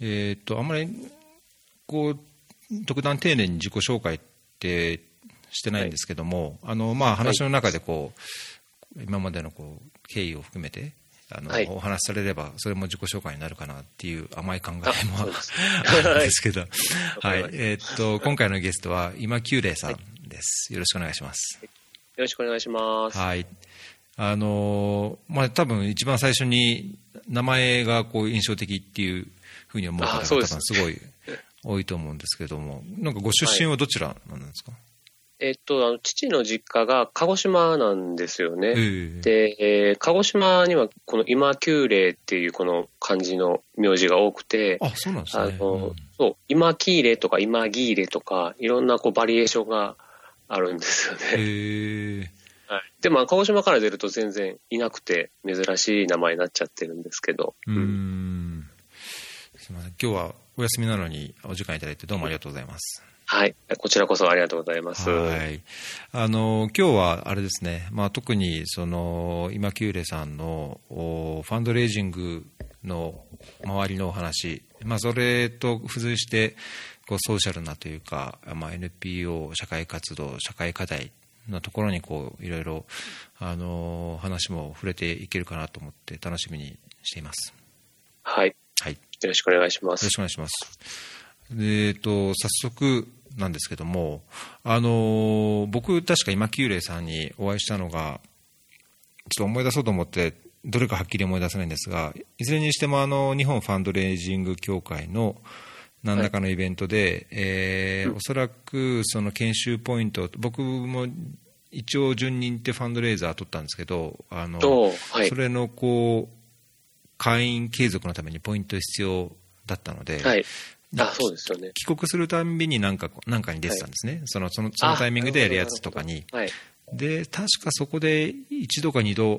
あんまりこう特段丁寧に自己紹介ってしてないんですけども、話の中で今までの経緯を含めてお話しされればそれも自己紹介になるかなっていう甘い考えもあるんですけど、はい、今回のゲストは今久礼さんです。よろしくお願いします。 よろしくお願いします。 はい。多分一番最初に名前が印象的っていうふうに思う方が多分すごい多いと思うんですけども、なんかご出身はどちらなんですか？ 父の実家が鹿児島なんですよね。で、鹿児島にはこの今久礼っていうこの漢字の名字が多くて、 あ、そうなんですね。 そう今喜礼とか今義礼とかいろんなバリエーションがあるんですよね。はい、で鹿児島から出ると全然いなくて珍しい名前になっちゃってるんですけど。 すみません、今日はお休みなのにお時間いただいてどうもありがとうございます。 はい、こちらこそありがとうございます。 はい、今日はあれですね、特に今久礼さんのファンドレイジングの周りのお話、それと付随してソーシャルなというか、NPO 社会活動社会課題のところにいろいろ話も触れていけるかなと思って楽しみにしています。 はい、はい、よろしくお願いします。 よろしくお願いします。早速なんですけども、僕確か今久礼さんにお会いしたのがちょっと思い出そうと思ってどれかはっきり思い出せないんですが、いずれにしても日本ファンドレイジング協会の何らかのイベントで、おそらくその研修ポイント、僕も一応準認ってファンドレイザー取ったんですけど、それの会員継続のためにポイント必要だったので、 そうですよね。 帰国するたんびに何かに出てたんですね、そのタイミングでやるやつとかに。で確かそこで1度か2度、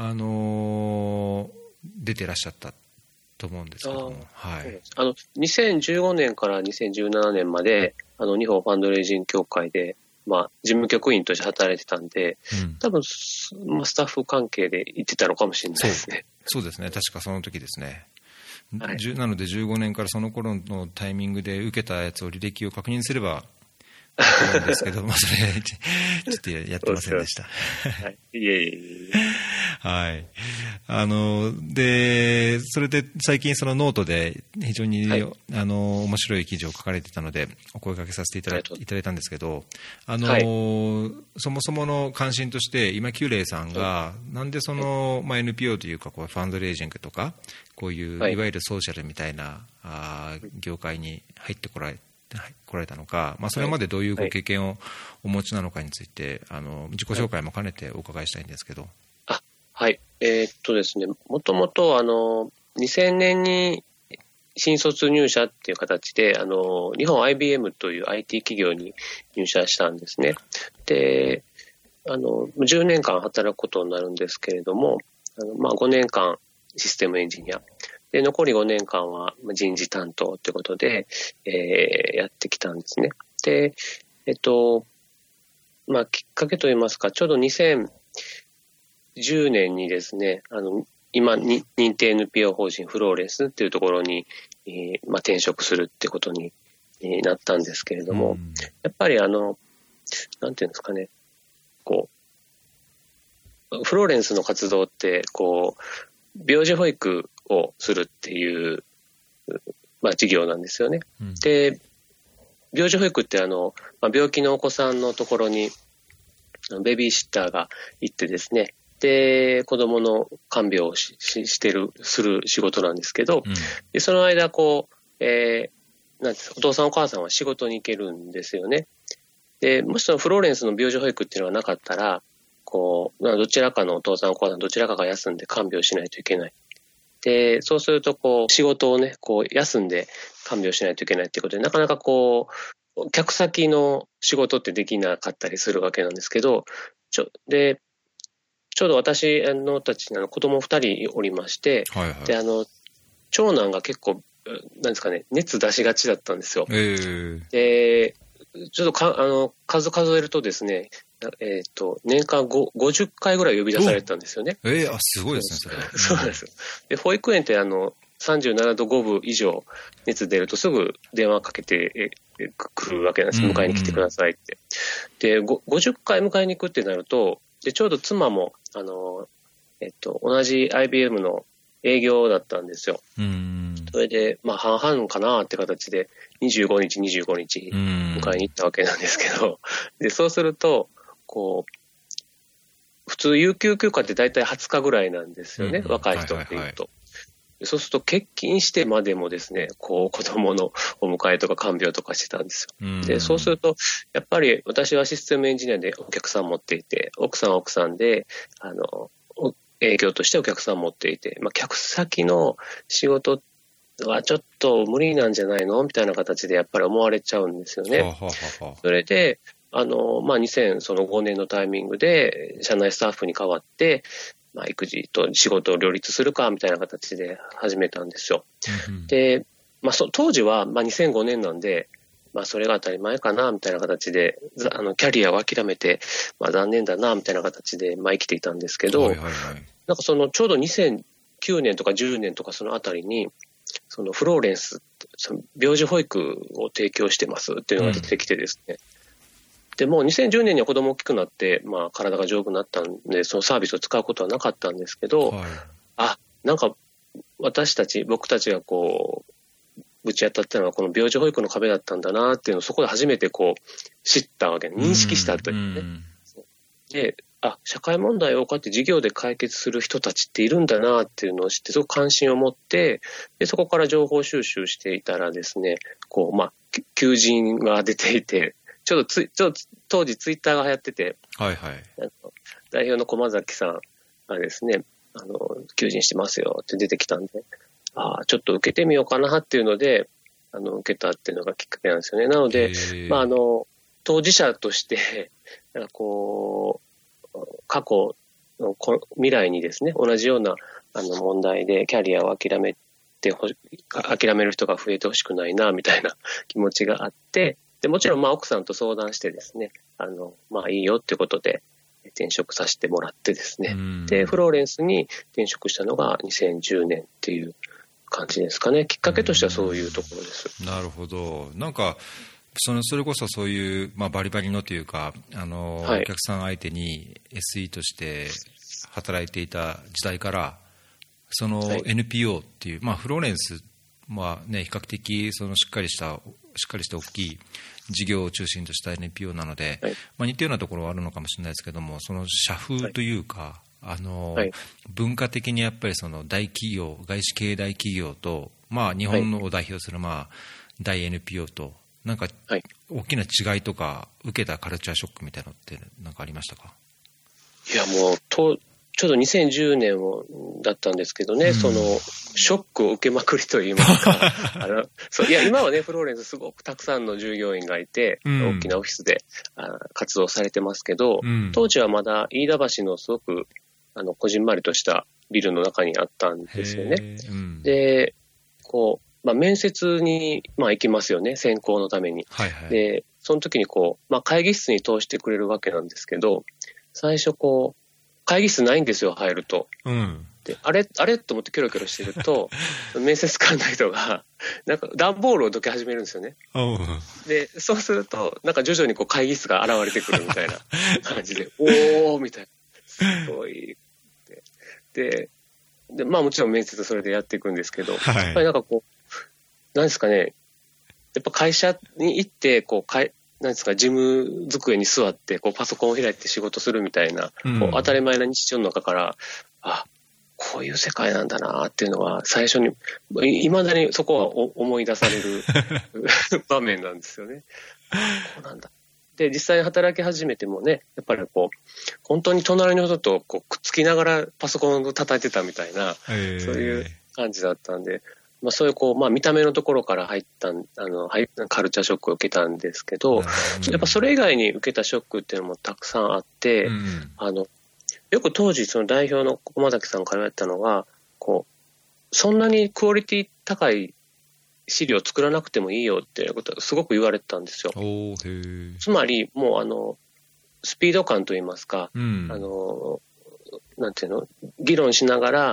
出てらっしゃったと思うんですけども、 2015年から2017年まで日本ファンドレイジング協会で、事務局員として働いてたんで、多分スタッフ関係で行ってたのかもしれないですね。 そうですね、確かその時ですね。なので15年からその頃のタイミングで受けたやつを履歴を確認すればいいんですけど、それちょっとやってませんでした。はい。でそれで最近そのノートで非常に、面白い記事を書かれてたのでお声掛けさせていただいたんですけど、そもそもの関心として今久礼さんがなんでNPO というかファンドレイジングとかこういういわゆるソーシャルみたいな業界に入ってこられたのか、それまでどういうご経験をお持ちなのかについて自己紹介も兼ねてお伺いしたいんですけど。 はい。ですね、もともと2000年に新卒入社っていう形で日本 IBM という IT 企業に入社したんですね。で10年間働くことになるんですけれども、5年間システムエンジニアで残り5年間は人事担当ということで、やってきたんですね。できっかけといいますか、ちょうど2010年にですね、今認定 NPO 法人フローレスっていうところに、転職するってことになったんですけれども、やっぱりなんていうんですかね、フローレンスの活動って病児保育をするっていう事業なんですよね。で病児保育って病気のお子さんのところにベビーシッターが行ってですね、で子供の看病をする仕事なんですけど、でその間なんですお父さんお母さんは仕事に行けるんですよね。でもしそのフローレンスの病児保育っていうのがなかったらどちらかのお父さんお母さんどちらかが休んで看病しないといけない。でそうすると仕事をね休んで看病しないといけないっていうことで、なかなか客先の仕事ってできなかったりするわけなんですけど、ちょうど私たち子供2人おりまして、で長男が結構なんですかね、熱出しがちだったんですよ。でちょっと数えるとですね、年間50回ぐらい呼び出されてたんですよね。 すごいですね、それ。 そうなんです。で保育園って 37度5分以上熱出るとすぐ電話かけてくるわけなんです。迎えに来てくださいって。で、50回迎えに行くってなると、でちょうど妻も同じ IBM の営業だったんですよ。それで、まあ、半々かなって形で、25日迎えに行ったわけなんですけど、で、そうすると、こう、普通、有給休暇って大体20日ぐらいなんですよね、若い人っていうと。そうすると、欠勤してまでもですね、こう、子供のお迎えとか看病とかしてたんですよ。で、そうすると、やっぱり私はシステムエンジニアでお客さん持っていて、奥さんは奥さんで、営業としてお客さん持っていて、まあ、客先の仕事はちょっと無理なんじゃないのみたいな形でやっぱり思われちゃうんですよね。それで、まあ、2005年のタイミングで、社内スタッフに代わって、まあ、育児と仕事を両立するかみたいな形で始めたんですよ。で、まあ、当時は、まあ、2005年なんで、まあ、それが当たり前かなみたいな形で、キャリアを諦めて、まあ、残念だなみたいな形で、まあ、生きていたんですけど、なんかちょうど2009年とか10年とかそのあたりに、そのフローレンス、その病児保育を提供してますっていうのが出てきてですね。でもう2010年には子供大きくなって、まあ、体が丈夫になったんで、そのサービスを使うことはなかったんですけど、なんか僕たちがこう、ぶち当たったのはこの病児保育の壁だったんだなっていうのをそこで初めてこう知ったわけ、認識したというね。で、社会問題をこうやって授業で解決する人たちっているんだなっていうのを知って、すごく関心を持って、で、そこから情報収集していたらですね、こう、まあ、求人が出ていて、ちょうど当時ツイッターが流行ってて、代表の駒崎さんがですね、求人してますよって出てきたんで、ちょっと受けてみようかなっていうので、受けたっていうのがきっかけなんですよね。なので、まあ、当事者として、なんかこう、過去の未来にですね、同じような問題でキャリアを諦める人が増えてほしくないな、みたいな気持ちがあって、でもちろんまあ奥さんと相談してですね、まあいいよっていうことで転職させてもらってですね、で、フローレンスに転職したのが2010年っていう感じですかね。きっかけとしてはそういうところです。 なるほど。なんか、それこそそういう、まあ、バリバリのというか、お客さん相手に SE として働いていた時代から、その NPO っていう、まあ、フローレンスはね、比較的しっかりした大きい事業を中心とした NPO なので、まあ、似たようなところはあるのかもしれないですけども、その社風というか、文化的にやっぱりその大企業、外資系大企業と、まあ、日本のを代表するまあ大 NPO と、なんか大きな違いとか、受けたカルチャーショックみたいなのって何かありましたか？ いや、もうちょうど2010年だったんですけどね、そのショックを受けまくりといいますかいや今はね、フローレンスすごくたくさんの従業員がいて、大きなオフィスで活動されてますけど、当時はまだ飯田橋のすごくこじんまりとしたビルの中にあったんですよね。で、こう、まあ、面接に、まあ、行きますよね、選考のために。で、その時にこう、まあ、会議室に通してくれるわけなんですけど、最初こう、会議室ないんですよ、入ると。で、あれと思ってキョロキョロしてると、面接官の人が、なんか段ボールをどけ始めるんですよね。で、そうすると、なんか徐々にこう会議室が現れてくるみたいな感じで、おーみたいな。すごい。で、まあもちろん面接それでやっていくんですけど、やっぱりなんかこう、なんですかね、やっぱ会社に行って、こう、なんですか、事務机に座って、こう、パソコンを開いて仕事するみたいな、こう当たり前な日常の中から、こういう世界なんだなっていうのは、最初に、いまだにそこは思い出される場面なんですよね。こうなんだ。で、実際に働き始めてもね、やっぱりこう、本当に隣の人とこうくっつきながらパソコンを叩いてたみたいな、そういう感じだったんで、まあ、そういうこう、まあ、見た目のところから入ったカルチャーショックを受けたんですけど、やっぱそれ以外に受けたショックっていうのもたくさんあって、よく当時その代表の駒崎さんから言われたのが、こう、そんなにクオリティ高い資料を作らなくてもいいよっていうことはすごく言われてたんですよ。つまり、もうスピード感といいますか、なんていうの、議論しながら、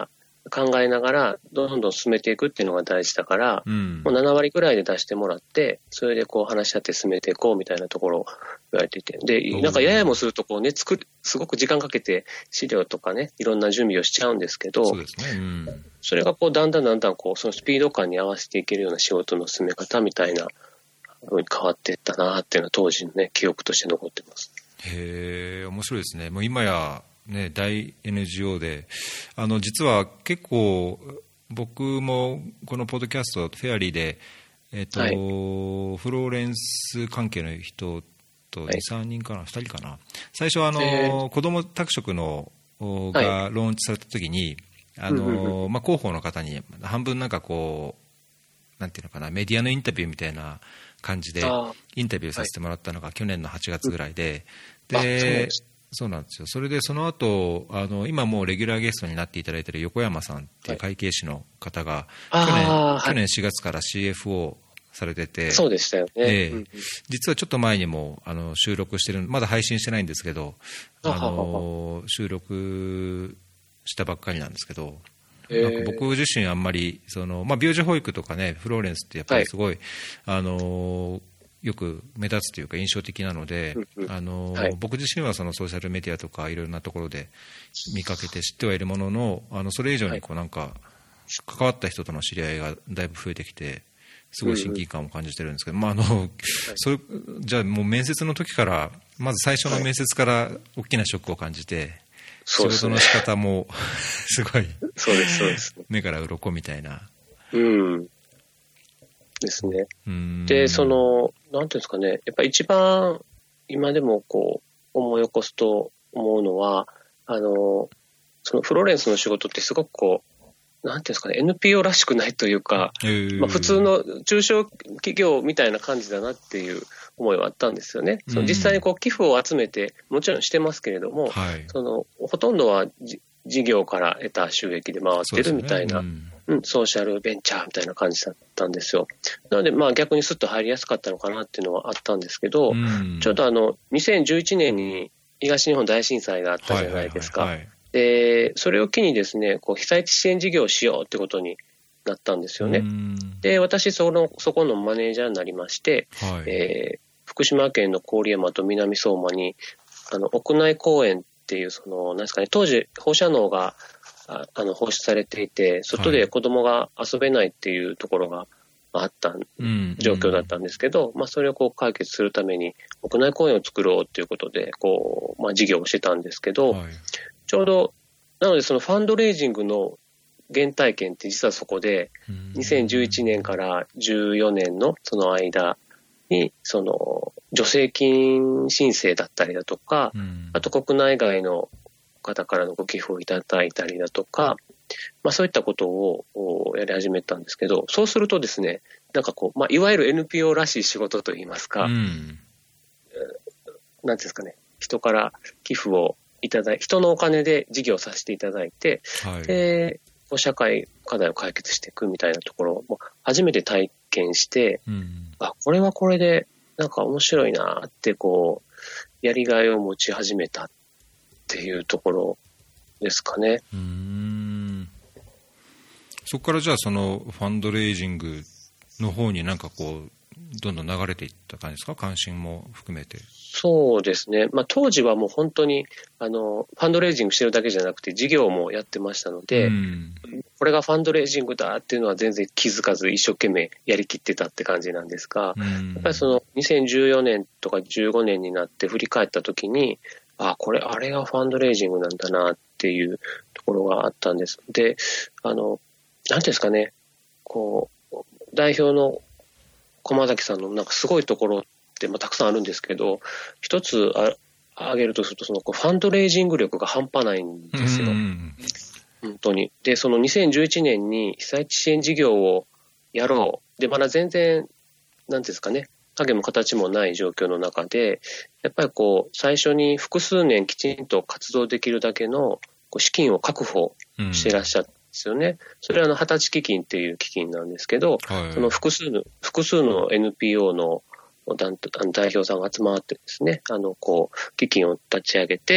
考えながらどんどん進めていくっていうのが大事だから、 うん、 もう7割ぐらいで出してもらって、それでこう話し合って進めていこうみたいなところを言われていて、で、なんかややもするとこうね、すごく時間かけて資料とかね、いろんな準備をしちゃうんですけど、 そうですね、うん、 それがこうだんだんこうそのスピード感に合わせていけるような仕事の進め方みたいな風に変わっていったなっていうのは当時のね、記憶として残ってます。 へえ、面白いですね。もう今やね、大 NGO で、実は結構僕もこのポッドキャストフェアリーで、はい、フローレンス関係の人と2、3人かな、2人かな。最初子ども宅食のがローンチされた時に、広報の方に半分なんかこうなんていうのかな、メディアのインタビューみたいな感じでインタビューさせてもらったのが去年の8月ぐらいで、でそうなんですよ。それでその後今もうレギュラーゲストになっていただいている横山さんっていう会計士の方が、去年4月から CFO されてて、 そうでしたよね、 実はちょっと前にも収録してる、まだ配信してないんですけど、収録したばっかりなんですけど、なんか僕自身あんまり病児保育とかね、フローレンスってやっぱりすごい、よく目立つというか印象的なので、僕自身はそのソーシャルメディアとかいろんなところで見かけて知ってはいるものの、それ以上にこうなんか関わった人との知り合いがだいぶ増えてきて、すごい親近感を感じてるんですけど、じゃあもう面接の時から、まず最初の面接から大きなショックを感じて、仕事の仕方もすごい目から鱗みたいな。 ですね。で、なんていうんですかね、やっぱ一番今でもこう思い起こすと思うのは、そのフローレンスの仕事ってすごくこう、なんていうんですかね、NPO らしくないというか、普通の中小企業みたいな感じだなっていう思いはあったんですよね。実際にこう寄付を集めてもちろんしてますけれども、ほとんどは事業から得た収益で回ってるみたいな、ソーシャルベンチャーみたいな感じだったんですよ。なので逆にスッと入りやすかったのかなっていうのはあったんですけど、ちょうど2011年に東日本大震災があったじゃないですか。でそれを機にですね、こう被災地支援事業をしようってことになったんですよね。で私そこのマネージャーになりまして、福島県の郡山と南相馬に屋内公園っていうなんですかね、当時放射能が放出されていて、外で子供が遊べないっていうところがあった状況だったんですけど、それをこう解決するために屋内公園を作ろうということでこう、事業をしてたんですけど、ちょうどなのでそのファンドレイジングの原体験って実はそこで2011年から14年のその間に助成金申請だったりだとか、あと国内外の方からのご寄付をいただいたりだとか、そういったことをやり始めたんですけど、そうするとですね、なんかこう、いわゆる NPO らしい仕事といいますか、なんていうんですかね、人から寄付をいただいて、人のお金で事業させていただいて、で社会課題を解決していくみたいなところも初めて体験して、これはこれでなんか面白いなってこうやりがいを持ち始めたっていうところですかね。 そこからじゃあそのファンドレイジングの方になんかこうどんどん流れていった感じですか、関心も含めて。 そうですね、当時はもう本当にファンドレイジングしてるだけじゃなくて事業もやってましたので、これがファンドレイジングだっていうのは全然気づかず一生懸命やりきってたって感じなんですが、やっぱりその2014年とか15年になって振り返った時に、あれがファンドレイジングなんだなっていうところがあったんです。で、なんていうんですかね、こう代表の駒崎さんのなんかすごいところってたくさんあるんですけど、一つ挙げるとするとファンドレイジング力が半端ないんですよ。本当に。で、その2011年に被災地支援事業をやろう。で、まだ全然なんですかね、影も形もない状況の中で、やっぱりこう最初に複数年きちんと活動できるだけの資金を確保していらっしゃったんですよね。それは20歳基金っていう基金なんですけど、その複数の NPO の代表さんが集まってですね、基金を立ち上げて、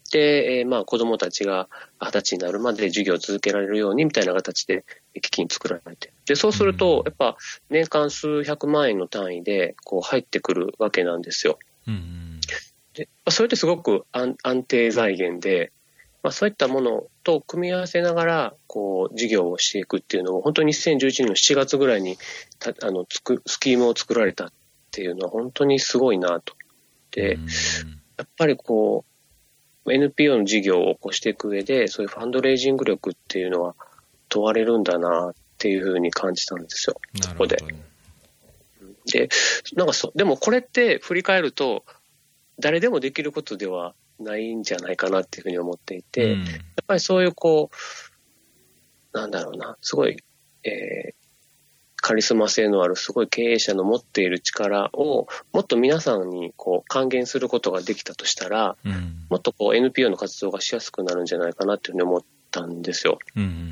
で、子供たちが20歳になるまで授業を続けられるようにみたいな形で基金作られて、でそうするとやっぱ年間数百万円の単位でこう入ってくるわけなんですよ。でそれってすごく安定財源で、そういったものと組み合わせながらこう事業をしていくっていうのを本当に2011年の7月ぐらいにスキームを作られたっていうのは本当にすごいなと。でやっぱりこうNPO の事業を起こしていく上でそういうファンドレイジング力っていうのは問われるんだなっていうふうに感じたんですよ、そこで。ででもこれって振り返ると誰でもできることではないんじゃないかなっていうふうに思っていて、やっぱりそういうこうなんだろうな、すごい、カリスマ性のあるすごい経営者の持っている力をもっと皆さんにこう還元することができたとしたら、もっとこう NPO の活動がしやすくなるんじゃないかなっていうふうに思ったんですよ。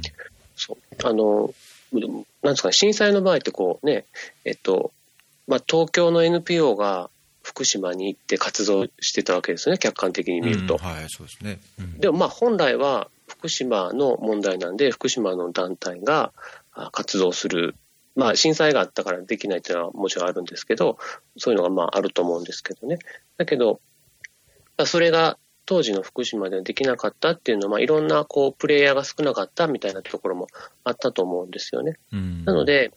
なんですかね、震災の場合ってこうね、東京の NPO が福島に行って活動してたわけですよね、客観的に見ると。 そうですね。 でも本来は福島の問題なんで福島の団体が活動する、震災があったからできないというのはもちろんあるんですけど、そういうのがあると思うんですけどね。だけどそれが当時の福島ではできなかったっていうのは、いろんなこうプレイヤーが少なかったみたいなところもあったと思うんですよね。なので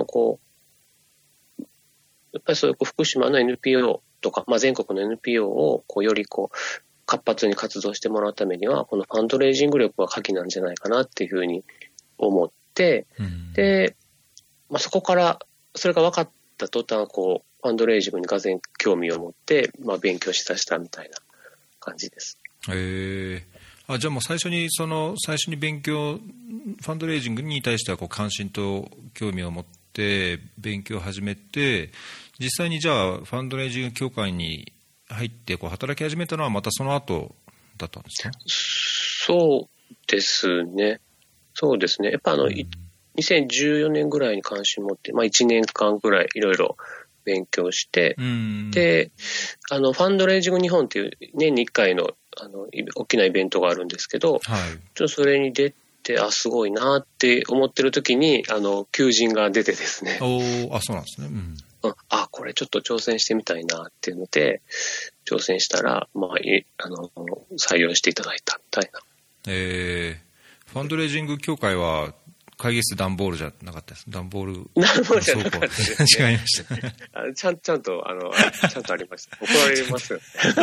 やっぱりそういう福島の NPO とか、全国の NPO をより活発に活動してもらうためにはこのファンドレイジング力が鍵なんじゃないかなっていうふうに思って、で、そこからそれが分かった途端ファンドレイジングにがぜん興味を持って、勉強しだしたみたいな感じです。 じゃあもう最初に勉強、ファンドレイジングに対しては関心と興味を持って勉強を始めて、実際にじゃあファンドレイジング協会に入って働き始めたのはまたその後だったんですか？ そうですね。やっぱ2014年ぐらいに関心を持って、1年間ぐらいいろいろ勉強して、でファンドレイジング日本っていう年に1回の大きなイベントがあるんですけど、ちょっとそれに出てすごいなって思ってる時に求人が出てですね。 そうなんですね。 これちょっと挑戦してみたいなっていうので挑戦したら、採用していただいたみたいな。 ファンドレイジング協会は会議室段ボールじゃなかったです。段ボールじゃなかったですね。 違いましたちゃんとちゃんとありました。怒られますよ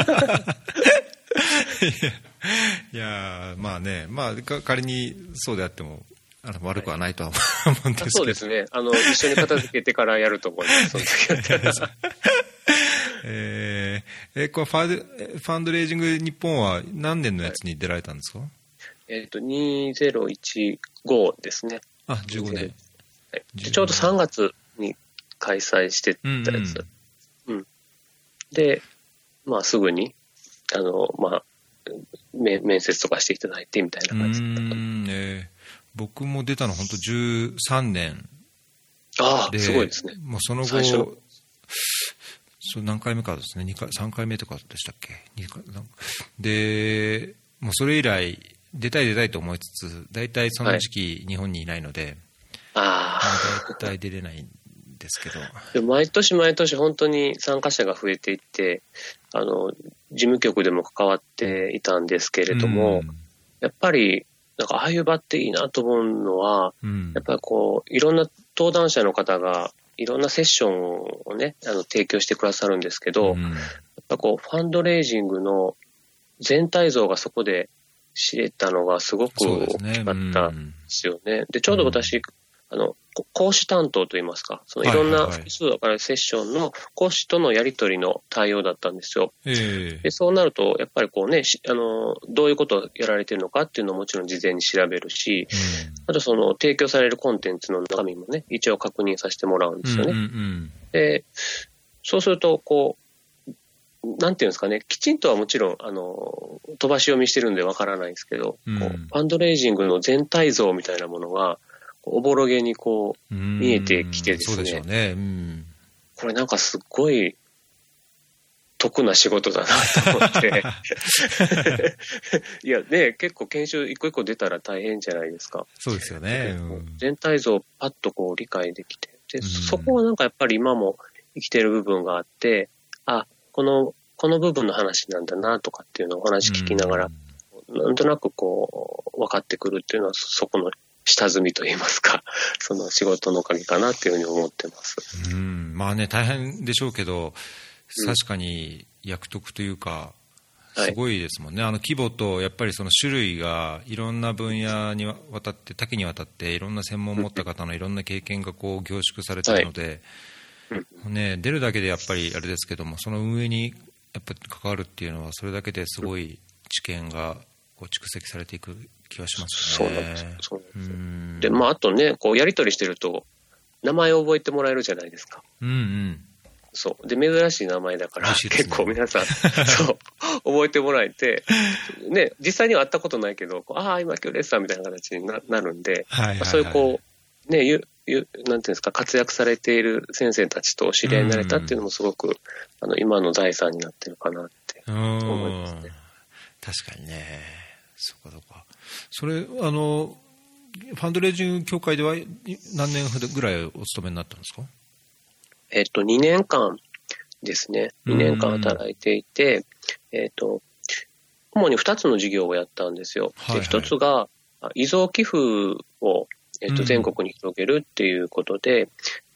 いや仮にそうであっても悪くはないとは思うんですけど。 そうですね。一緒に片付けてからやると思います。その時はこれファンドレイジング日本は何年のやつに出られたんですか ？2015ですね。 15年。 ちょうど3月に開催してたやつ。で、すぐに面接とかしていただいてみたいな感じだった。 僕も出たの本当13年で、 すごいですね。 もうその後何回目かですね、3回目とかでしたっけ。でもうそれ以来出たいと思いつつ、大体その時期日本にいないので、大体出れないんですけど。 で毎年本当に参加者が増えていって事務局でも関わっていたんですけれども、やっぱりああいう場っていいなと思うのは、やっぱりいろんな登壇者の方がいろんなセッションをね提供してくださるんですけど、やっぱファンドレイジングの全体像がそこで知れたのがすごく大きかったんですよね。でちょうど私講師担当といいますか、いろんな複数あるセッションの講師とのやり取りの対応だったんですよ。でそうなるとやっぱりどういうことをやられているのかっていうのをもちろん事前に調べるし、あと提供されるコンテンツの中身もね一応確認させてもらうんですよね。でそうするとなんていうんですかね、きちんとはもちろん飛ばし読みしてるんでわからないんですけど、ファンドレイジングの全体像みたいなものがおぼろげに見えてきてですね。 そうでしょうね。 これすっごい得な仕事だなと思っていやね、結構研修一個一個出たら大変じゃないですか。 そうですよね。 全体像をパッとこう理解できて、で、そこはなんかやっぱり今も生きてる部分があって、あ、この部分の話なんだなとかっていうのをお話聞きながら、なんとなくこう分かってくるっていうのは、そこの下積みといいますか、その仕事のおかげかなっていうふうに思ってます。 まあね、大変でしょうけど、確かに役得というか、すごいですもんね、規模とやっぱりその種類がいろんな分野にわたって、多岐にわたっていろんな専門を持った方のいろんな経験がこう凝縮されているので、ね、出るだけでやっぱりあれですけども、その運営にやっぱり関わるっていうのは、それだけですごい知見がこう蓄積されていく気がしますね。 そうなんです。そうなんです。で、まあ、あとね、こうやり取りしてると名前を覚えてもらえるじゃないですか。そうで、珍しい名前だから、ね、結構皆さんそう覚えてもらえて、ね、実際には会ったことないけど、ああ今今日レッサーみたいな形に なるんで、そういうこうね、なんていうんですか、活躍されている先生たちとお知り合いになれたっていうのもすごく今の財産になってるかなって思いますね。 確かにね。そうか。それファンドレイジング協会では何年ぐらいお勤めになったんですか ？2年間ですね。2年間働いていて、主に2つの事業をやったんですよ。で、1つが、遺贈寄付を、全国に広げるっていうことで、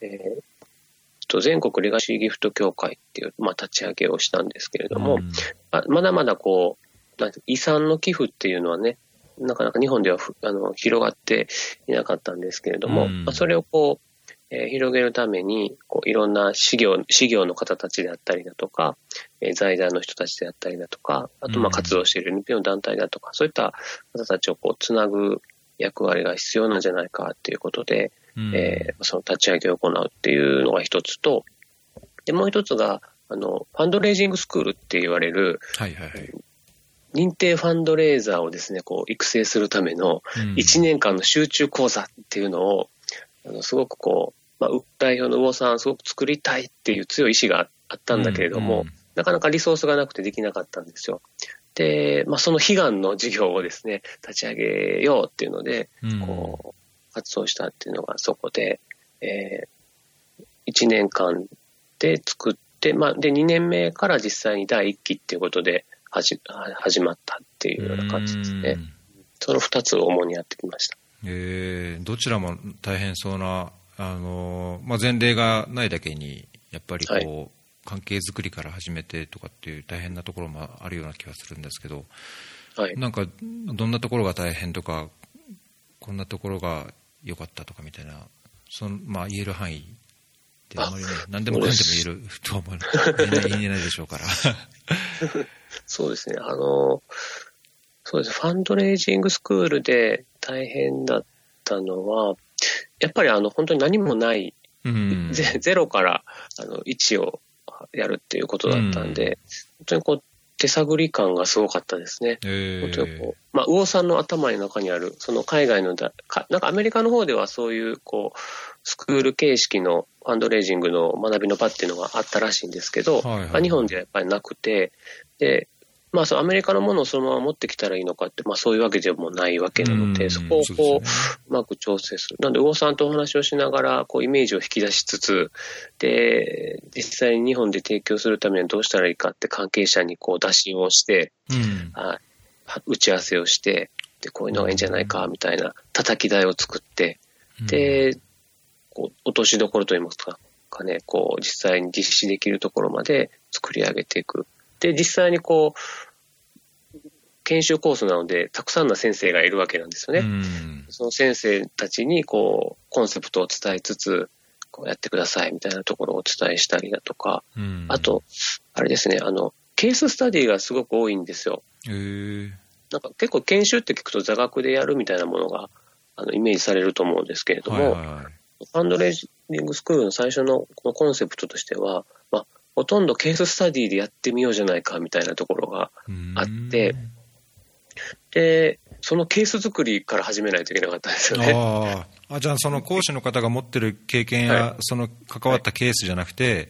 全国レガシーギフト協会っていう、立ち上げをしたんですけれども、まだまだこう、遺産の寄付っていうのはね、なかなか日本では広がっていなかったんですけれども、それをこう、広げるためにこういろんな事業の方たちであったりだとか、財団の人たちであったりだとか、あと活動している NPO の団体だとか、そういった方たちをこうつなぐ役割が必要なんじゃないかっていうことで、その立ち上げを行うっていうのが一つと、でもう一つがファンドレイジングスクールって言われる、認定ファンドレーザーをですね、こう育成するための1年間の集中講座っていうのをすごくこう、代表の魚さんすごく作りたいっていう強い意志があったんだけれども、なかなかリソースがなくてできなかったんですよ。で、その悲願の事業をですね、立ち上げようっていうので、こう、活動したっていうのがそこで、1年間で作って、で、2年目から実際に第1期っていうことで始まったっていうような感じですね。その2つを主にやってきました。 どちらも大変そうな、前例がないだけにやっぱりこう、関係づくりから始めてとかっていう大変なところもあるような気がするんですけど、なんかどんなところが大変とか、こんなところが良かったとかみたいな、言える範囲であまりね、何でもかんでも言えるとは思えないでしょうからそうですね。そうです。ファンドレイジングスクールで大変だったのは、やっぱり本当に何もない、ゼロから1をやるっていうことだったんで、本当にこう手探り感がすごかったですね。本当にこう、魚さんの頭の中にある、その海外のなんかアメリカの方ではそういうこう、スクール形式のファンドレイジングの学びの場っていうのがあったらしいんですけど、日本ではやっぱりなくて、で、そのアメリカのものをそのまま持ってきたらいいのかって、そういうわけでもないわけなので、そこをこう、うまく調整する。なので、魚さんとお話をしながら、こう、イメージを引き出しつつ、で、実際に日本で提供するためにはどうしたらいいかって関係者にこう、打診をして、打ち合わせをして、で、こういうのがいいんじゃないか、みたいな叩き台を作って、で、こう、落としどころといいますかね、こう、実際に実施できるところまで作り上げていく。で、実際にこう、研修コースなので、たくさんの先生がいるわけなんですよね。その先生たちに、こう、コンセプトを伝えつつ、こうやってくださいみたいなところをお伝えしたりだとか、あと、あれですね、ケーススタディがすごく多いんですよ。なんか結構研修って聞くと座学でやるみたいなものが、イメージされると思うんですけれども、ファンドレイジングスクールの最初のこのコンセプトとしては、ほとんどケーススタディでやってみようじゃないかみたいなところがあって、で、そのケース作りから始めないといけなかったんですよね。 じゃあその講師の方が持ってる経験や、その関わったケースじゃなくて、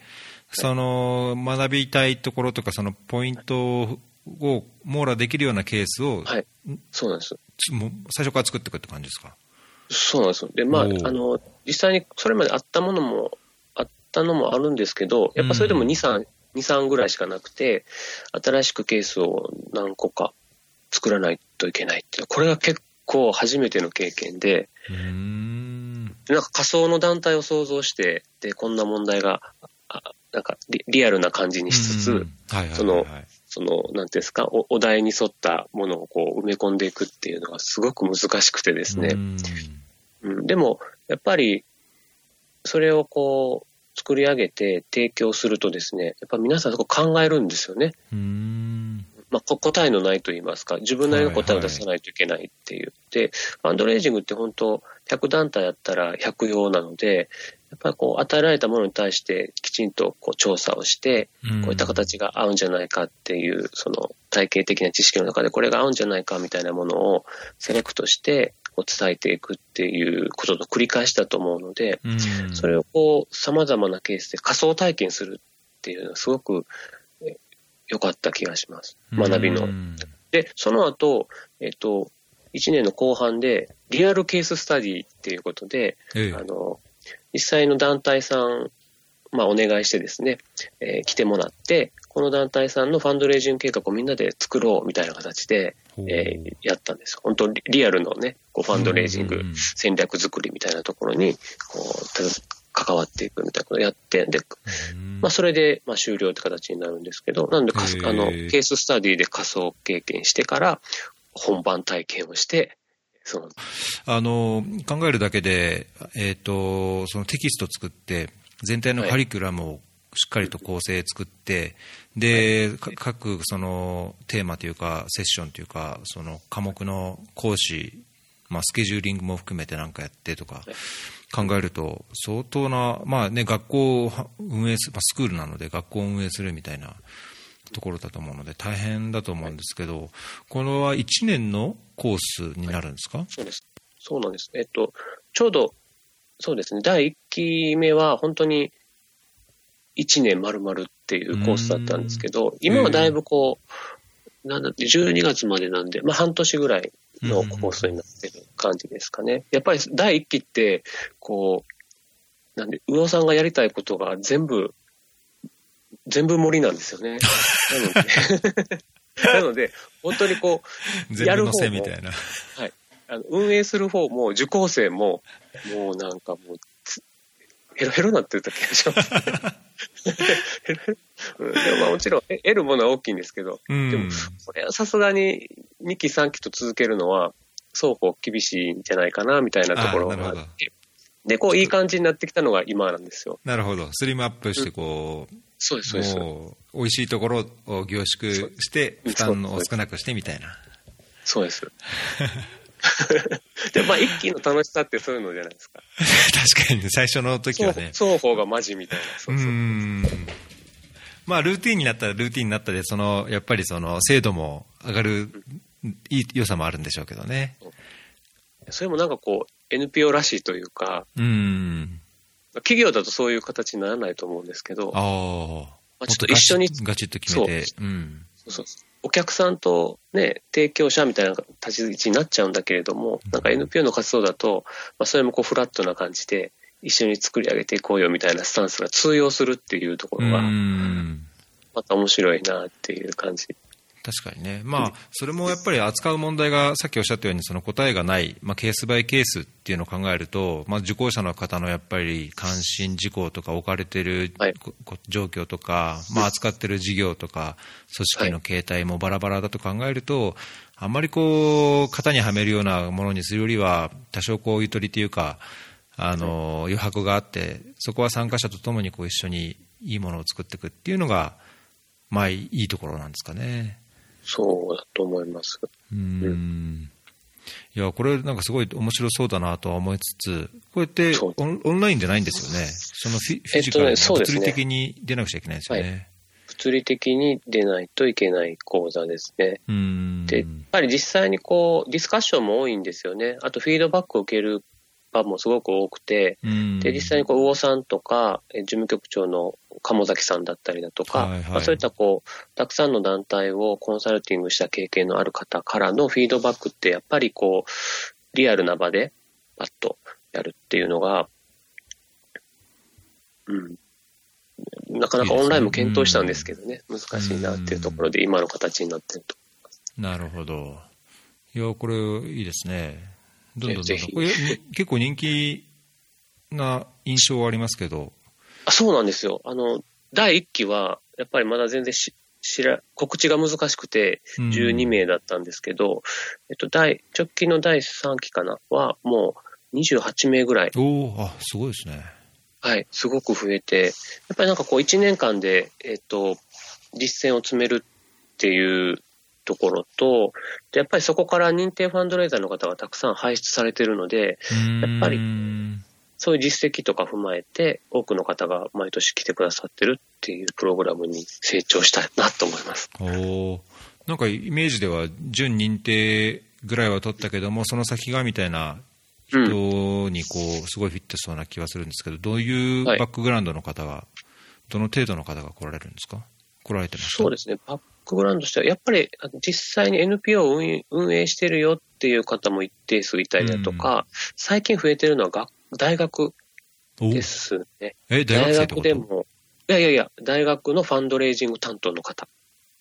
その学びたいところとか、そのポイントを網羅できるようなケースを、 はい、そうなんです。 もう最初から作っていくって感じですか？ そうなんですよ。で、まあ、実際にそれまであったのもあるんですけど、やっぱそれでも2、3ぐらいしかなくて、新しくケースを何個か作らないといけないっていう、これが結構初めての経験で、なんか仮想の団体を想像して、で、こんな問題が、なんかリアルな感じにしつつ、その、なんていうんですか、お題に沿ったものをこう埋め込んでいくっていうのがすごく難しくてですね。でも、やっぱり、それをこう、作り上げて提供するとですね、やっぱ皆さんそこ考えるんですよね。まあ、答えのないと言いますか、自分なりの答えを出さないといけないっていう。で、ファンドレイジングって本当、100団体やったら100用なので、やっぱりこう、与えられたものに対してきちんとこう調査をして、こういった形が合うんじゃないかっていう、その体系的な知識の中でこれが合うんじゃないかみたいなものをセレクトして、こう伝えていくっていうことの繰り返しだと思うので、それをこう、様々なケースで仮想体験するっていうのはすごく良かった気がします。学びの。で、その後、1年の後半で、リアルケーススタディっていうことで、実際の団体さん、まあお願いしてですね、来てもらって、この団体さんのファンドレイジング計画をみんなで作ろうみたいな形で、やったんです。本当リアルのね、こうファンドレイジング戦略作りみたいなところに、こう、関わっていくみたいなことをやって、で、まあそれで、まあ終了って形になるんですけど、なので、ケーススタディで仮想経験してから、本番体験をして、 考えるだけで、そのテキスト作って、全体のカリキュラムをしっかりと構成作って、で、各そのテーマというか、セッションというか、その科目の講師、まあ、スケジューリングも含めてなんかやってとか考えると、相当な、まあね、学校を運営する、まあ、スクールなので学校を運営するみたいなところだと思うので大変だと思うんですけど、これは1年のコースになるんですか？ そうです。そうなんです。ちょうど、そうですね、第1期目は本当に1年丸々っていうコースだったんですけど、今はだいぶこう、12月までなんで、まあ半年ぐらいのコースになってる感じですかね。やっぱり第1期って、こう、なんで、魚野さんがやりたいことが全部盛りなんですよね。なので、本当にこう、やる方も、はい。運営する方も、受講生も、もうなんかもう、ヘロヘロなってた気がします、ね。でもまあもちろん、得るものは大きいんですけど、でも、これはさすがに2期3期と続けるのは、双方厳しいんじゃないかな、みたいなところがあって、で、こう、いい感じになってきたのが今なんですよ。 なるほど。スリムアップして、こう、 そうです、そうです。 もう、美味しいところを凝縮して、負担を少なくしてみたいな。 そうです。で、まあ、一期の楽しさってそういうのじゃないですか。 確かにね、最初の時はね。 双方がマジみたいな。そうまあ、ルーティンになったらルーティンになったで、やっぱり精度も上がる、良さもあるんでしょうけどね。 それもなんかこう、NPO らしいというか、企業だとそういう形にならないと思うんですけど、まあ、ちょっと一緒にガチッと決めて、 そうお客さんとね、提供者みたいな立ち位置になっちゃうんだけれども、なんか NPO の活動だと、まあ、それもこうフラットな感じで、一緒に作り上げていこうよみたいなスタンスが通用するっていうところが、また面白いなっていう感じ。 確かにね、まあ、それもやっぱり扱う問題がさっきおっしゃったようにその答えがない、まあ、ケースバイケースっていうのを考えると、まあ、受講者の方のやっぱり関心事項とか置かれている状況とか、まあ、扱っている事業とか組織の形態もバラバラだと考えると、あんまりこう型にはめるようなものにするよりは多少こうゆとりというか余白があって、そこは参加者とともにこう一緒にいいものを作っていくっていうのが、まあ、いいところなんですかね。 そうだと思います。 いや、これなんかすごい面白そうだなとは思いつつ、こうやってオンラインじゃないんですよね。そのフィジカル、物理的に出なくちゃいけないですよね。 物理的に出ないといけない講座ですね。で、やっぱり実際にこうディスカッションも多いんですよね。あとフィードバックを受ける場もすごく多くて、で実際に魚さんとか事務局長の鴨崎さんだったりだとか、 はいはい、 そういったたくさんの団体をコンサルティングした経験のある方からのフィードバックってやっぱりリアルな場でパッとやるっていうのが、なかなかオンラインも検討したんですけどね、難しいなっていうところで今の形になっていると思います。 なるほど。いや、これいいですね。どんどんこれ結構人気な印象はありますけど。 そうなんですよ。第1期はやっぱりまだ全然告知が難しくて12名だったんですけど、直近の第3期かなはもう28名ぐらい。 すごいですね。 はい、すごく増えて、やっぱりなんか1年間で、実践を詰めるっていうところと、やっぱりそこから認定ファンドレイザーの方がたくさん輩出されているので、やっぱりそういう実績とか踏まえて、多くの方が毎年来てくださってるっていうプログラムに成長したいなと思います。 なんかイメージでは準認定ぐらいは取ったけども、その先がみたいな人にすごいフィットしそうな気はするんですけど、どういうバックグラウンドの方が、どの程度の方が来られるんですか？来られてますか？ そうですね、バックグラウンドとしてはやっぱり実際に NPO を運営してるよっていう方も一定数いたりだとか、最近増えてるのは大学ですね。 大学でも、大学のファンドレイジング担当の方。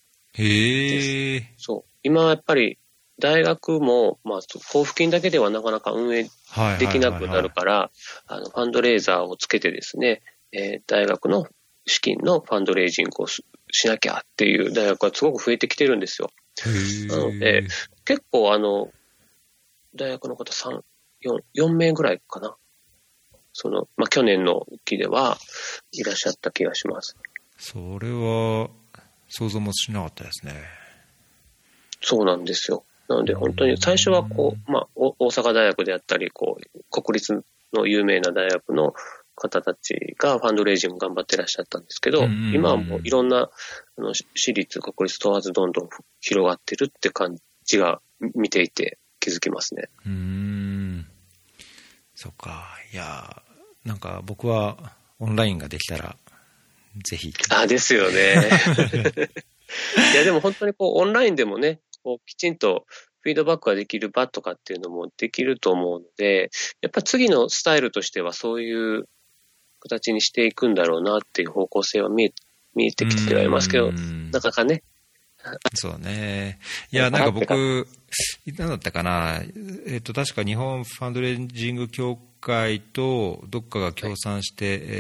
そう。今はやっぱり大学も、交付金だけではなかなか運営できなくなるから、ファンドレイザーをつけてですね、大学の資金のファンドレイジングをしなきゃっていう大学がすごく増えてきてるんですよ。なので、結構大学の方4名ぐらいかな。去年の期ではいらっしゃった気がします。 それは想像もしなかったですね。 そうなんですよ。なので本当に最初は大阪大学であったり国立の有名な大学の方たちがファンドレイジング頑張ってらっしゃったんですけど、今はもういろんな私立国立問わずどんどん広がってるって感じが見ていて気づきますね。 そっか。いや、なんか僕はオンラインができたらぜひ。 ですよね。いやでも本当にオンラインでもね、きちんとフィードバックができる場とかっていうのもできると思うので、やっぱり次のスタイルとしてはそういう形にしていくんだろうなっていう方向性は見えてきてはいますけど、なかなかね。 そうね。いや、なんか僕、何だったかな、確か日本ファンドレイジング協会とどっかが協賛して、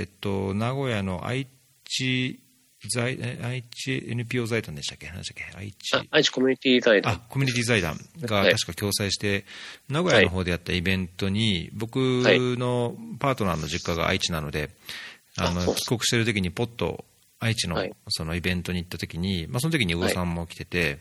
名古屋の愛知 NPO 財団でしたっけ？何でしたっけ？ 愛知コミュニティ財団。 コミュニティ財団が確か共催して、名古屋の方でやったイベントに、僕のパートナーの実家が愛知なので、帰国してる時にポッと愛知のそのイベントに行った時に、その時に魚さんも来てて、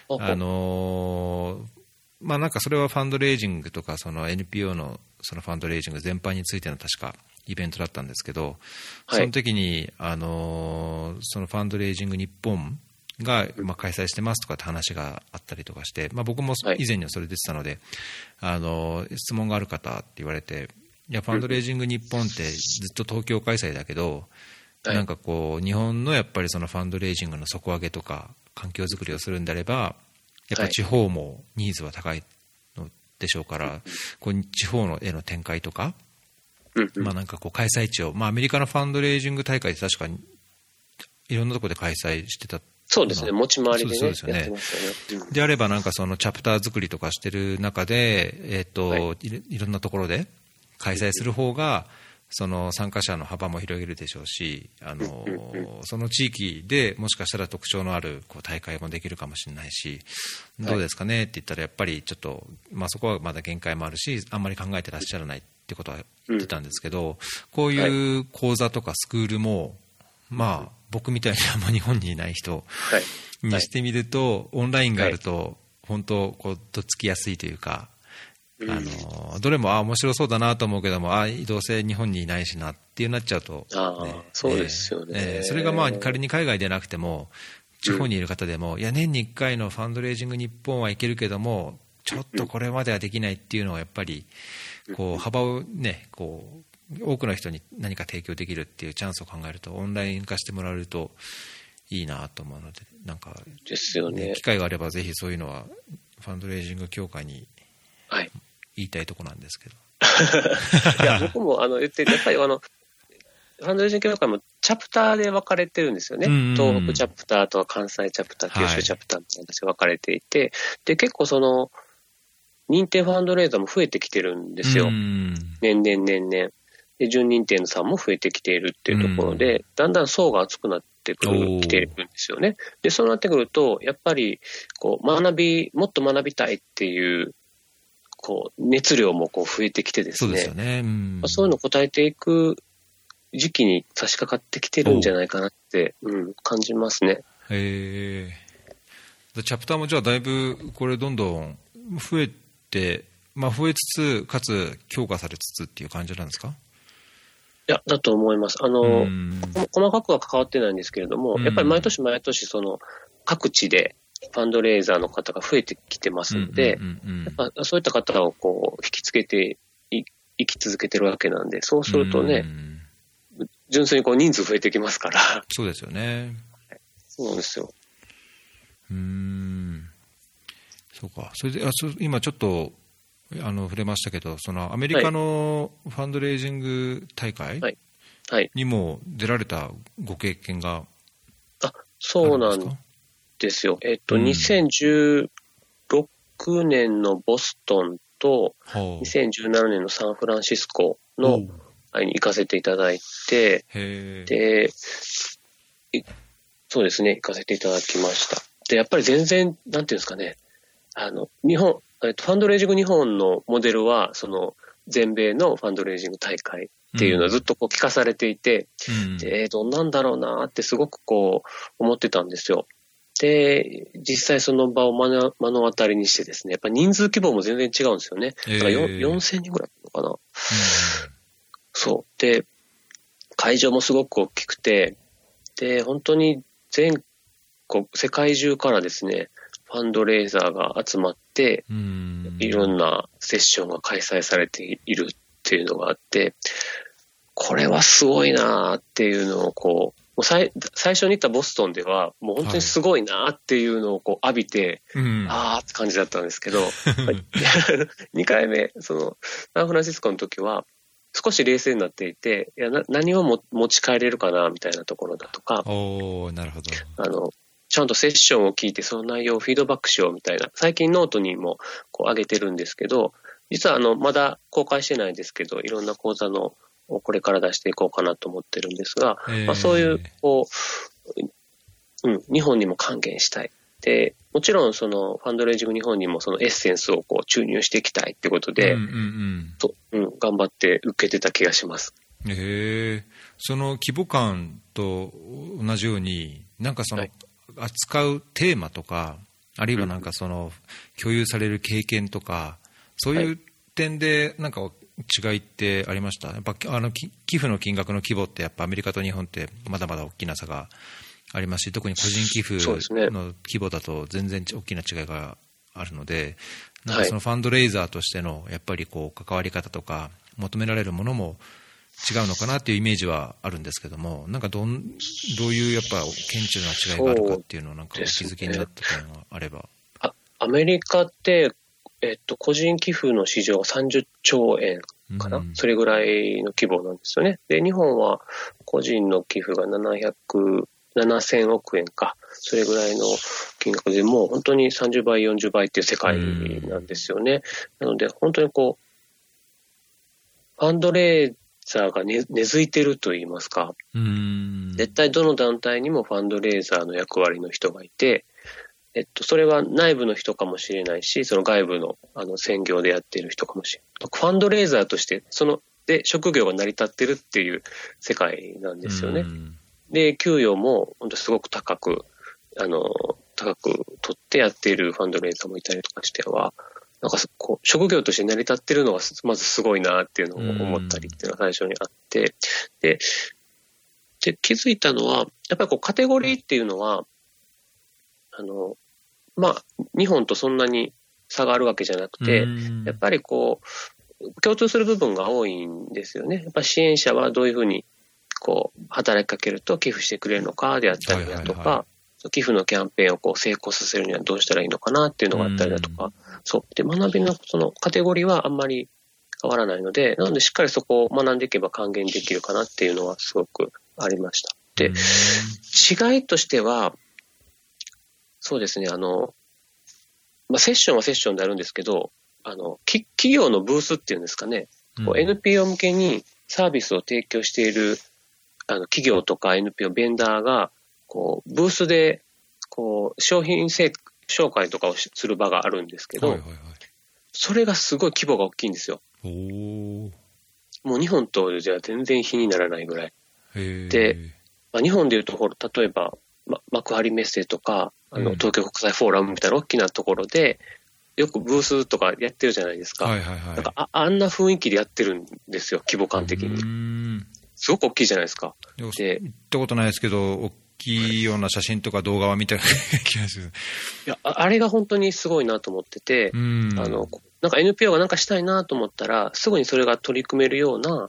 なんかそれはファンドレイジングとかその NPO のそのファンドレイジング全般についての確かイベントだったんですけど、その時にそのファンドレイジング日本が開催してますとかって話があったりとかして、僕も以前にはそれ出てたので、質問がある方って言われて、いやファンドレイジング日本ってずっと東京開催だけど、なんか日本のやっぱりそのファンドレイジングの底上げとか環境づくりをするんであれば、やっぱり地方もニーズは高いのでしょうから、地方への展開とか、なんか開催地を、アメリカのファンドレイジング大会って確かにいろんなところで開催してた。 そうですね、持ち回りでね。 そうですよね。であればなんかそのチャプター作りとかしてる中で、いろんなところで開催する方が、その参加者の幅も広げるでしょうし、その地域でもしかしたら特徴のある大会もできるかもしれないし、どうですかねって言ったらやっぱりちょっと、そこはまだ限界もあるし、あんまり考えてらっしゃらないってことは言ってたんですけど、こういう講座とかスクールも、僕みたいにあんま日本にいない人にしてみると、オンラインがあると本当とっつきやすいというか、どれも面白そうだなと思うけども、どうせ日本にいないしなっていうなっちゃうと、 そうですよね。 それが仮に海外でなくても地方にいる方でも、いや年に1回のファンドレイジング日本はいけるけども、ちょっとこれまではできないっていうのはやっぱりこう幅をね、こう多くの人に何か提供できるっていうチャンスを考えると、オンライン化してもらえるといいなと思うので、なんか、 ですよね。 機会があればぜひそういうのはファンドレイジング協会に言いたいとこなんですけど。 いや、僕も言ってやっぱりファンドレイジング協会もチャプターで分かれてるんですよね。東北チャプターと関西チャプター、九州チャプターみたいな形で分かれていて、で、結構認定ファンドレイザーも増えてきてるんですよ。年々。で、準認定の差も増えてきているっていうところで、だんだん層が厚くなってきているんですよね。で、そうなってくると、やっぱり、こう、もっと学びたいっていう、こう、熱量もこう増えてきてですね。 そうですよね。 そういうのを応えていく時期に差し掛かってきてるんじゃないかなって、感じますね。 チャプターもじゃあだいぶこれどんどん増えて、増えつつかつ強化されつつっていう感じなんですか？ いや、だと思います。細かくは関わってないんですけれども、やっぱり毎年各地でファンドレイザーの方が増えてきてますので、やっぱそういった方をこう引きつけて生き続けてるわけなんで、そうするとね、純粋にこう人数増えてきますから。 そうですよね。 そうなんですよ。 そうか。それで今ちょっと触れましたけど、そのアメリカのファンドレイジング大会にも出られたご経験があるんですか？ そうなんですよ。2016年のボストンと2017年のサンフランシスコのに行かせていただいて、で、そうですね、行かせていただきました。で、やっぱり全然、なんていうんですかね、ファンドレイジング日本のモデルは、全米のファンドレイジング大会っていうのをずっとこう聞かされていて、で、どんなんだろうなってすごくこう思ってたんですよ。で、実際その場を目の当たりにしてですね、やっぱ人数規模も全然違うんですよね。だから4000人ぐらいなのかな。そう。で、会場もすごく大きくて、で、本当に世界中からですね、ファンドレイザーが集まって、いろんなセッションが開催されているっていうのがあって、これはすごいなっていうのをこう、もう最初に行ったボストンでは、もう本当にすごいなっていうのをこう浴びて、あーって感じだったんですけど、2回目、サンフランシスコの時は、少し冷静になっていて、何を持ち帰れるかなみたいなところだとか、 なるほど。 ちゃんとセッションを聞いてその内容をフィードバックしようみたいな、最近ノートにもこう上げてるんですけど、実はまだ公開してないですけど、いろんな講座をこれから出していこうかなと思ってるんですが、そういうこう、日本にも還元したい。で、もちろんファンドレイジング日本にもそのエッセンスをこう注入していきたいってことで、頑張って受けてた気がします。 その規模感と同じように、なんか扱うテーマとか、あるいはなんか共有される経験とか、そういう点でなんか違いってありました？やっぱ寄付の金額の規模ってやっぱアメリカと日本ってまだまだ大きな差がありますし、特に個人寄付の規模だと全然大きな違いがあるので、なんかそのファンドレイザーとしてのやっぱりこう関わり方とか求められるものも違うのかなっていうイメージはあるんですけども、なんかどういうやっぱ顕著な違いがあるかっていうのをなんかお気づきになった点があれば。 アメリカって、個人寄付の市場が30兆円かな、それぐらいの規模なんですよね。で、日本は個人の寄付が7000億円か、それぐらいの金額でもう本当に30倍、40倍っていう世界なんですよね。なので、本当にこう、ファンドレイザーが根付いてると言いますか、絶対どの団体にもファンドレイザーの役割の人がいて、それは内部の人かもしれないし、その外部の専業でやっている人かもしれない。ファンドレイザーとして、で職業が成り立ってるっていう世界なんですよね。で、給与も本当すごく高く取ってやっているファンドレイザーもいたりとかしては、なんかこう職業として成り立ってるのがまずすごいなっていうのを思ったりっていうのが最初にあって、で気づいたのは、やっぱりこうカテゴリーっていうのは、日本とそんなに差があるわけじゃなくて、やっぱりこう、 共通する部分が多いんですよね。やっぱ支援者はどういうふうにこう働きかけると寄付してくれるのかであったりだとか、寄付のキャンペーンをこう成功させるにはどうしたらいいのかなっていうのがあったりだとか、そうで学びのそのカテゴリーはあんまり変わらないので、なのでしっかりそこを学んでいけば還元できるかなっていうのはすごくありました。で、違いとしては、そうですね、セッションはセッションであるんですけど、企業のブースっていうんですかね、NPO 向けにサービスを提供している企業とか NPO ベンダーがこうブースでこう商品紹介とかをする場があるんですけど、それがすごい規模が大きいんですよ。もう日本とじゃ全然比にならないぐらい。で、日本でいうと例えば、幕張メッセとか東京国際フォーラムみたいな大きなところで、よくブースとかやってるじゃないですか。なんかあんな雰囲気でやってるんですよ、規模感的に。すごく大きいじゃないですか。 で、行ったことないですけど、大きいような写真とか動画は見た気がする。 いや、あれが本当にすごいなと思ってて、なんか NPO がなんかしたいなと思ったら、すぐにそれが取り組めるような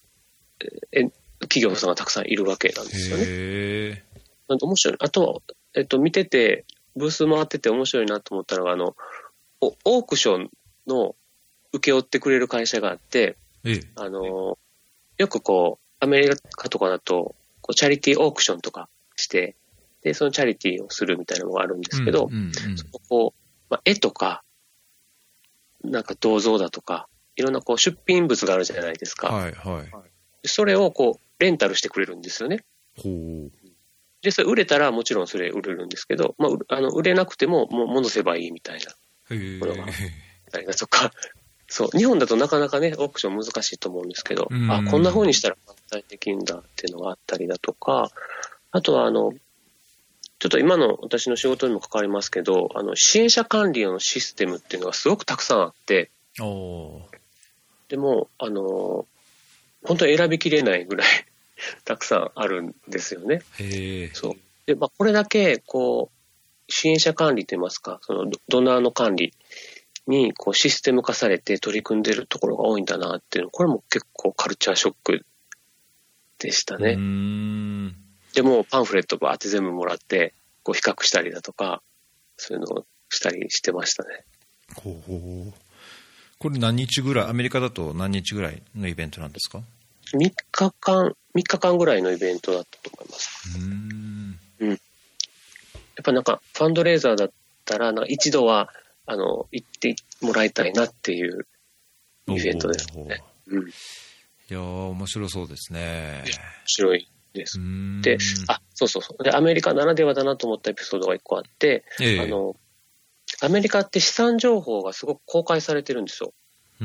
企業さんがたくさんいるわけなんですよね。なんか面白い。あと、見てて、ブース回ってて面白いなと思ったのが、オークションの請け負ってくれる会社があって、よくこう、アメリカとかだと、こうチャリティーオークションとかして、で、そのチャリティーをするみたいなのがあるんですけど、そここう、絵とか、なんか銅像だとか、いろんなこう出品物があるじゃないですか。それをこう、レンタルしてくれるんですよね。で、それ売れたらもちろんそれ売れるんですけど、売れなくてももう戻せばいいみたいなものがあったりだとか、そう、日本だとなかなかね、オークション難しいと思うんですけど、こんな風にしたら簡単にできるんだっていうのがあったりだとか、あとはちょっと今の私の仕事にも関わりますけど、支援者管理のシステムっていうのがすごくたくさんあって、でも、本当に選びきれないぐらいたくさんあるんですよね。そう。で、これだけ、こう、支援者管理といいますか、そのドナーの管理にこうシステム化されて取り組んでるところが多いんだなっていうの、これも結構カルチャーショックでしたね。でもパンフレットバーって全部もらってこう比較したりだとか、そういうのをしたりしてましたね。 これ何日ぐらい、アメリカだと何日ぐらいのイベントなんですか？3 日間ぐらいのイベントだったと思います。やっぱなんかファンドレーザーだったらなんか一度は行ってもらいたいなっていうイベントですね。 いや面白そうですね。 面白いです。で、そうでアメリカならではだなと思ったエピソードが一個あって、アメリカって資産情報がすごく公開されてるんですよ。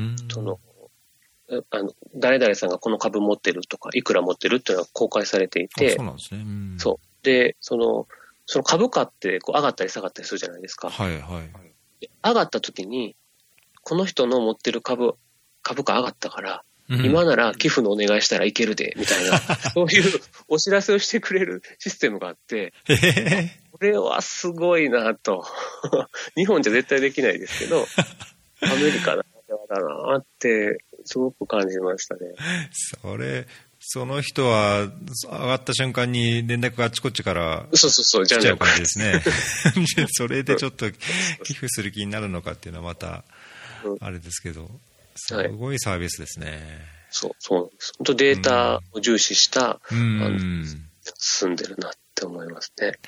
誰々さんがこの株持ってるとかいくら持ってるっていうのが公開されていて、 そうなんですね。 そうでその株価ってこう上がったり下がったりするじゃないですか。上がった時にこの人の持ってる株価上がったから、今なら寄付のお願いしたらいけるでみたいなそういうお知らせをしてくれるシステムがあってこれはすごいなと日本じゃ絶対できないですけどアメリカならではだなってすごく感じましたね。 その人は上がった瞬間に連絡があっちこっちから来ちゃう感じですね。それでちょっと寄付する気になるのかっていうのはまたあれですけど、すごいサービスですね。 そうなんです。本当データを重視した進んでるなって思いますね。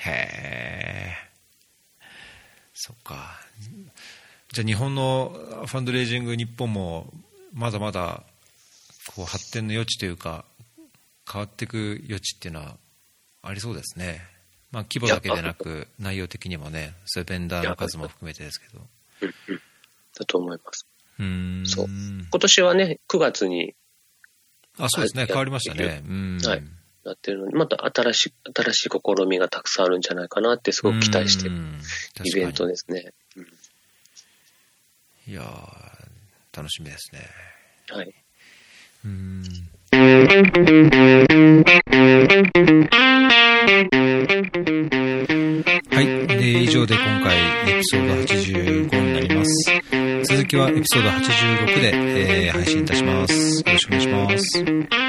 そっか。じゃあ日本のファンドレイジング日本もまだまだこう発展の余地というか変わっていく余地っていうのはありそうですね。規模だけでなく内容的にもね、そういうベンダーの数も含めてですけど。 だと思います。そう。今年はね9月にそうですね、変わりましたね。 なってるのにまた新しい試みがたくさんあるんじゃないかなってすごく期待しているイベントですね。 いや楽しみですね。 はい。 はい、以上で今回エピソード85になります。続続きはエピソード86で、配信いたします。よろしくお願いします。